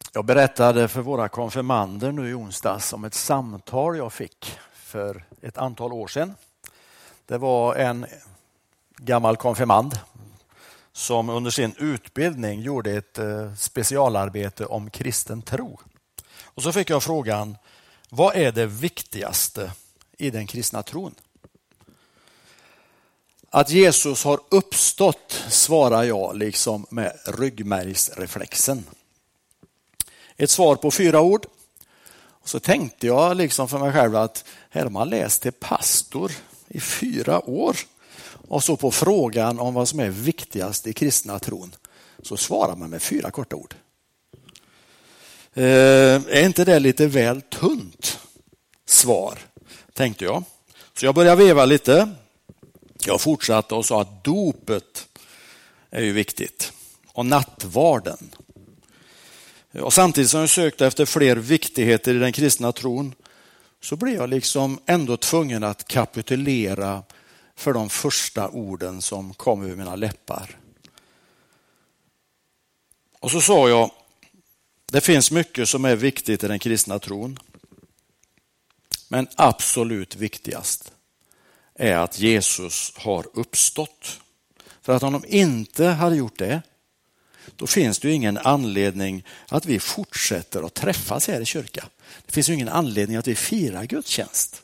Jag berättade för våra konfirmander nu i onsdags om ett samtal jag fick för ett antal år sedan. Det var en gammal konfirmand som under sin utbildning gjorde ett specialarbete om kristen tro. Och så fick jag frågan, vad är det viktigaste i den kristna tron? Att Jesus har uppstått, svarar jag liksom med ryggmärgsreflexen. Ett svar på 4 ord. Och så tänkte jag liksom för mig själv att här har man läst till pastor i 4 år. Och så på frågan om vad som är viktigast i kristna tron så svarar man med 4 korta ord. Är inte det lite väl tunt svar, tänkte jag. Så jag började veva lite. Jag fortsatte och sa att dopet är ju viktigt. Och nattvarden. Och samtidigt som jag sökte efter fler viktigheter i den kristna tron så blev jag liksom ändå tvungen att kapitulera för de första orden som kom ur mina läppar. Och så sa jag, det finns mycket som är viktigt i den kristna tron. Men absolut viktigast är att Jesus har uppstått. För att om de inte hade gjort det, då finns det ju ingen anledning att vi fortsätter att träffas här i kyrkan. Det finns ju ingen anledning att vi firar gudstjänst.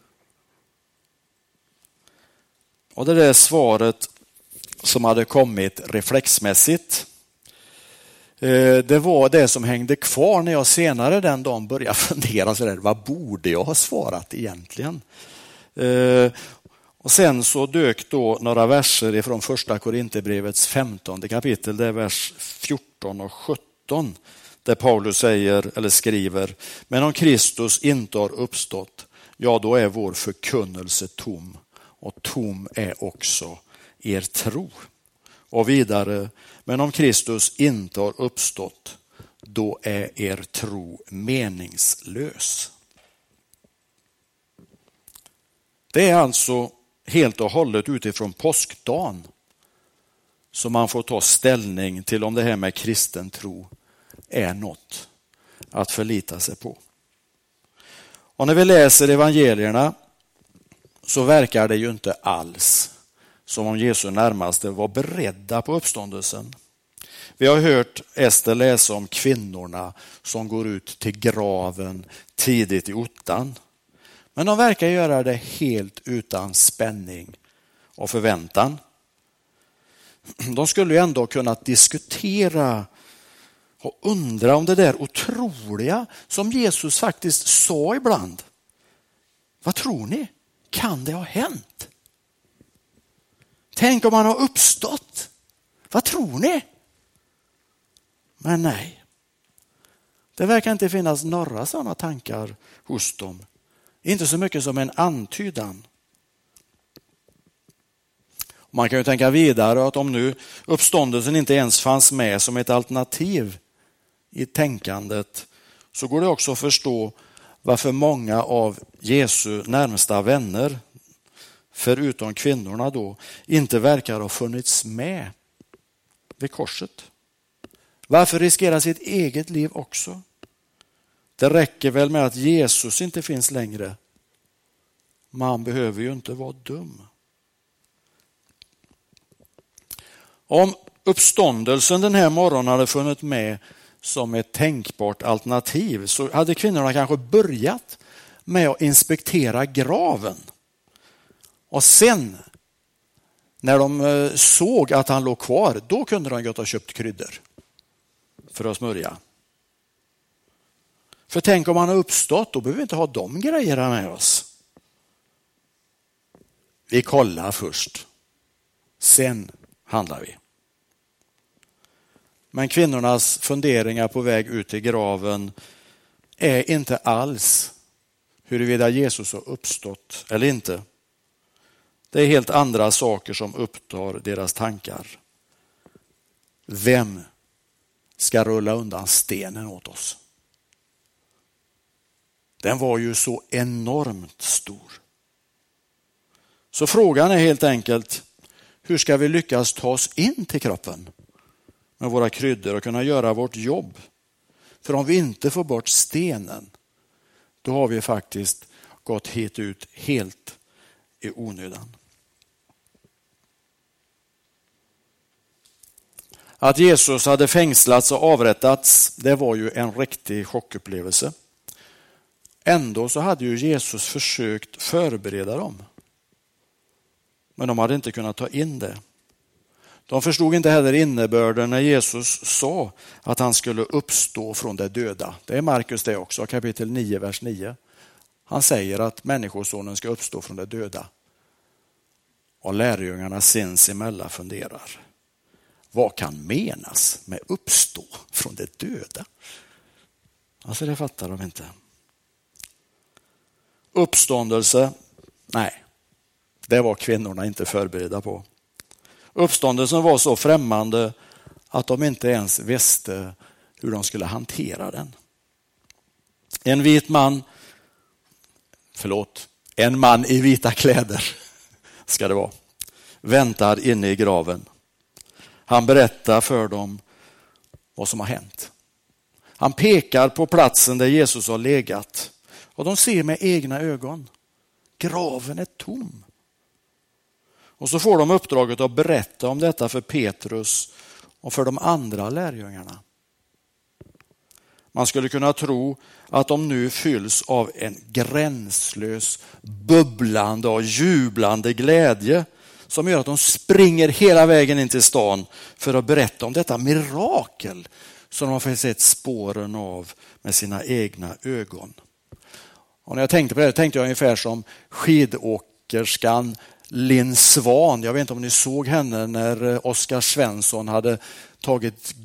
Och det där svaret som hade kommit reflexmässigt, det var det som hängde kvar när jag senare den dagen började fundera så där, vad borde jag ha svarat egentligen? Och sen så dök då några verser ifrån första Korinthierbrevets 15 kapitel, det är vers 14 och 17, där Paulus säger eller skriver, men om Kristus inte har uppstått, ja då är vår förkunnelse tom, och tom är också er tro. Och vidare, men om Kristus inte har uppstått, då är er tro meningslös. Det är alltså helt och hållet utifrån påskdagen som man får ta ställning till om det här med kristen tro är något att förlita sig på. Och när vi läser evangelierna så verkar det ju inte alls som om Jesu närmaste var beredda på uppståndelsen. Vi har hört Ester läsa om kvinnorna som går ut till graven tidigt i ottan. Men de verkar göra det helt utan spänning och förväntan. De skulle ju ändå kunna diskutera och undra om det där otroliga som Jesus faktiskt sa ibland. Vad tror ni? Kan det ha hänt? Tänk om han har uppstått. Vad tror ni? Men nej. Det verkar inte finnas några sådana tankar hos dem. Inte så mycket som en antydan. Man kan ju tänka vidare att om nu uppståndelsen inte ens fanns med som ett alternativ i tänkandet, så går det också att förstå varför många av Jesu närmsta vänner, förutom kvinnorna då, inte verkar ha funnits med vid korset. Varför riskera sitt eget liv också? Det räcker väl med att Jesus inte finns längre. Man behöver ju inte vara dum. Om uppståndelsen den här morgonen hade funnits med som ett tänkbart alternativ så hade kvinnorna kanske börjat med att inspektera graven. Och sen när de såg att han låg kvar, då kunde de gått och köpt kryddor för att smörja. För tänk om han har uppstått, då behöver vi inte ha de grejerna med oss. Vi kollar först. Sen handlar vi. Men kvinnornas funderingar på väg ut till graven är inte alls huruvida Jesus har uppstått eller inte. Det är helt andra saker som upptar deras tankar. Vem ska rulla undan stenen åt oss? Den var ju så enormt stor. Så frågan är helt enkelt, hur ska vi lyckas ta oss in till kroppen med våra kryddor och kunna göra vårt jobb? För om vi inte får bort stenen, då har vi faktiskt gått hit ut helt i onödan. Att Jesus hade fängslats och avrättats, det var ju en riktig chockupplevelse. Ändå så hade ju Jesus försökt förbereda dem. Men de hade inte kunnat ta in det. De förstod inte heller innebörden när Jesus sa att han skulle uppstå från de döda. Det är Markus det också, kapitel 9, vers 9. Han säger att människosonen ska uppstå från de döda. Och lärjungarna sinsemellan funderar. Vad kan menas med uppstå från de döda? Alltså det fattar de inte. Uppståndelse, nej, det var kvinnorna inte förberedda på. Uppståndelsen var så främmande att de inte ens visste hur de skulle hantera den. En man i vita kläder ska det vara, väntar inne i graven. Han berättar för dem vad som har hänt. Han pekar på platsen där Jesus har legat och de ser med egna ögon. Graven är tom. Och så får de uppdraget att berätta om detta för Petrus och för de andra lärjungarna. Man skulle kunna tro att de nu fylls av en gränslös, bubblande och jublande glädje som gör att de springer hela vägen in till stan för att berätta om detta mirakel som de har fått sett spåren av med sina egna ögon. Och när jag tänkte på det tänkte jag ungefär som skidåkerskan Linn Svan. Jag vet inte om ni såg henne när Oskar Svensson hade tagit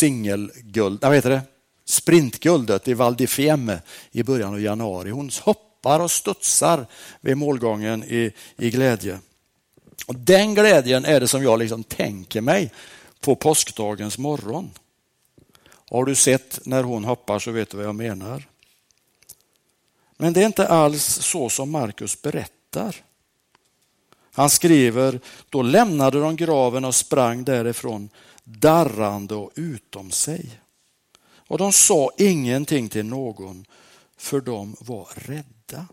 sprintguldet i Val di Fiemme i början av januari. Hon hoppar och studsar vid målgången i glädje. Och den glädjen är det som jag liksom tänker mig på påskdagens morgon. Har du sett när hon hoppar så vet du vad jag menar. Men det är inte alls så som Markus berättar. Han skriver, då lämnade de graven och sprang därifrån darrande och utom sig. Och de sa ingenting till någon, för de var rädda.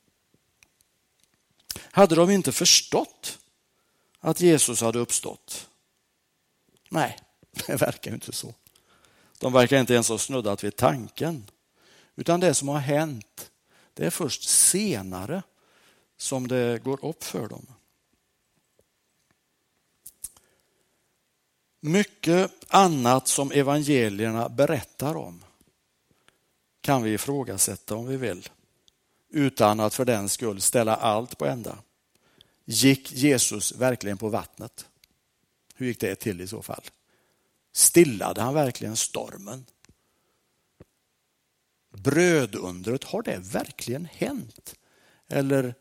Hade de inte förstått att Jesus hade uppstått? Nej, det verkar inte så. De verkar inte ens ha snuddat vid tanken. Utan det som har hänt, det är först senare som det går upp för dem. Mycket annat som evangelierna berättar om kan vi ifrågasätta om vi vill, utan att för den skull ställa allt på ända. Gick Jesus verkligen på vattnet? Hur gick det till i så fall? Stillade han verkligen stormen? Brödundret, har det verkligen hänt? Eller...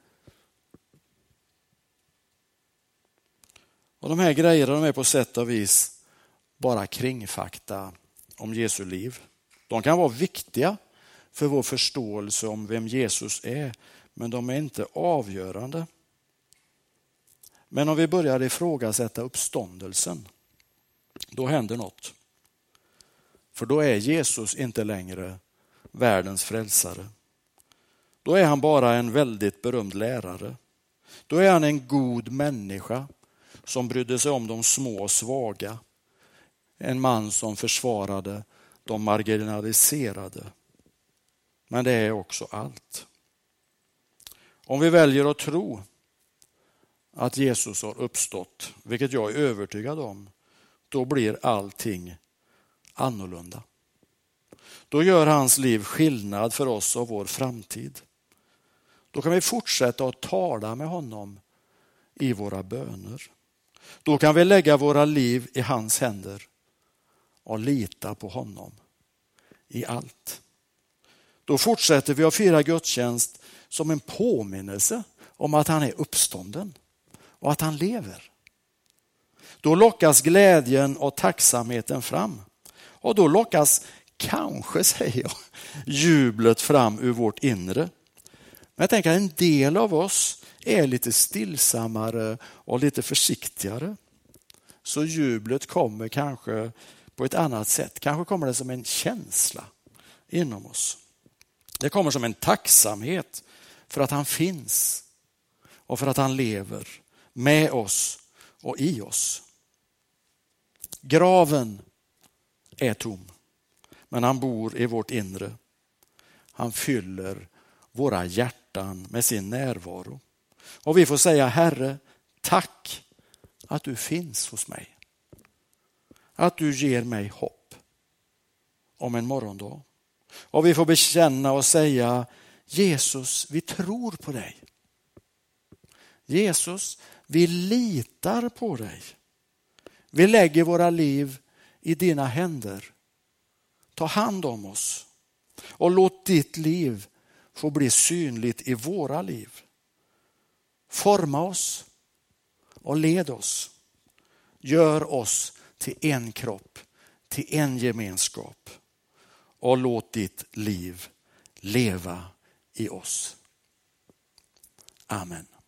Och de här grejerna de är på sätt och vis bara kringfakta om Jesu liv. De kan vara viktiga för vår förståelse om vem Jesus är, men de är inte avgörande. Men om vi börjar ifrågasätta uppståndelsen, då händer något. För då är Jesus inte längre världens frälsare. Då är han bara en väldigt berömd lärare. Då är han en god människa som brydde sig om de små och svaga. En man som försvarade de marginaliserade. Men det är också allt. Om vi väljer att tro att Jesus har uppstått, vilket jag är övertygad om, då blir allting annorlunda. Då gör hans liv skillnad för oss och vår framtid. Då kan vi fortsätta att tala med honom i våra böner. Då kan vi lägga våra liv i hans händer och lita på honom i allt. Då fortsätter vi att fira gudstjänst som en påminnelse om att han är uppstånden och att han lever. Då lockas glädjen och tacksamheten fram. Och då lockas, kanske säger jag, jublet fram ur vårt inre. Men jag tänker att en del av oss är lite stillsammare och lite försiktigare. Så jublet kommer kanske på ett annat sätt. Kanske kommer det som en känsla. inom oss. Det kommer som en tacksamhet för att han finns och för att han lever med oss och i oss. Graven är tom, men han bor i vårt inre. Han fyller våra hjärtan med sin närvaro. Och vi får säga: Herre, tack att du finns hos mig. Att du ger mig hopp om en morgondag. Och vi får bekänna och säga: Jesus, vi tror på dig. Jesus, vi litar på dig. Vi lägger våra liv i dina händer. Ta hand om oss och låt ditt liv få bli synligt i våra liv. Forma oss och led oss. Gör oss till en kropp, till en gemenskap. Och låt ditt liv leva i oss. Amen.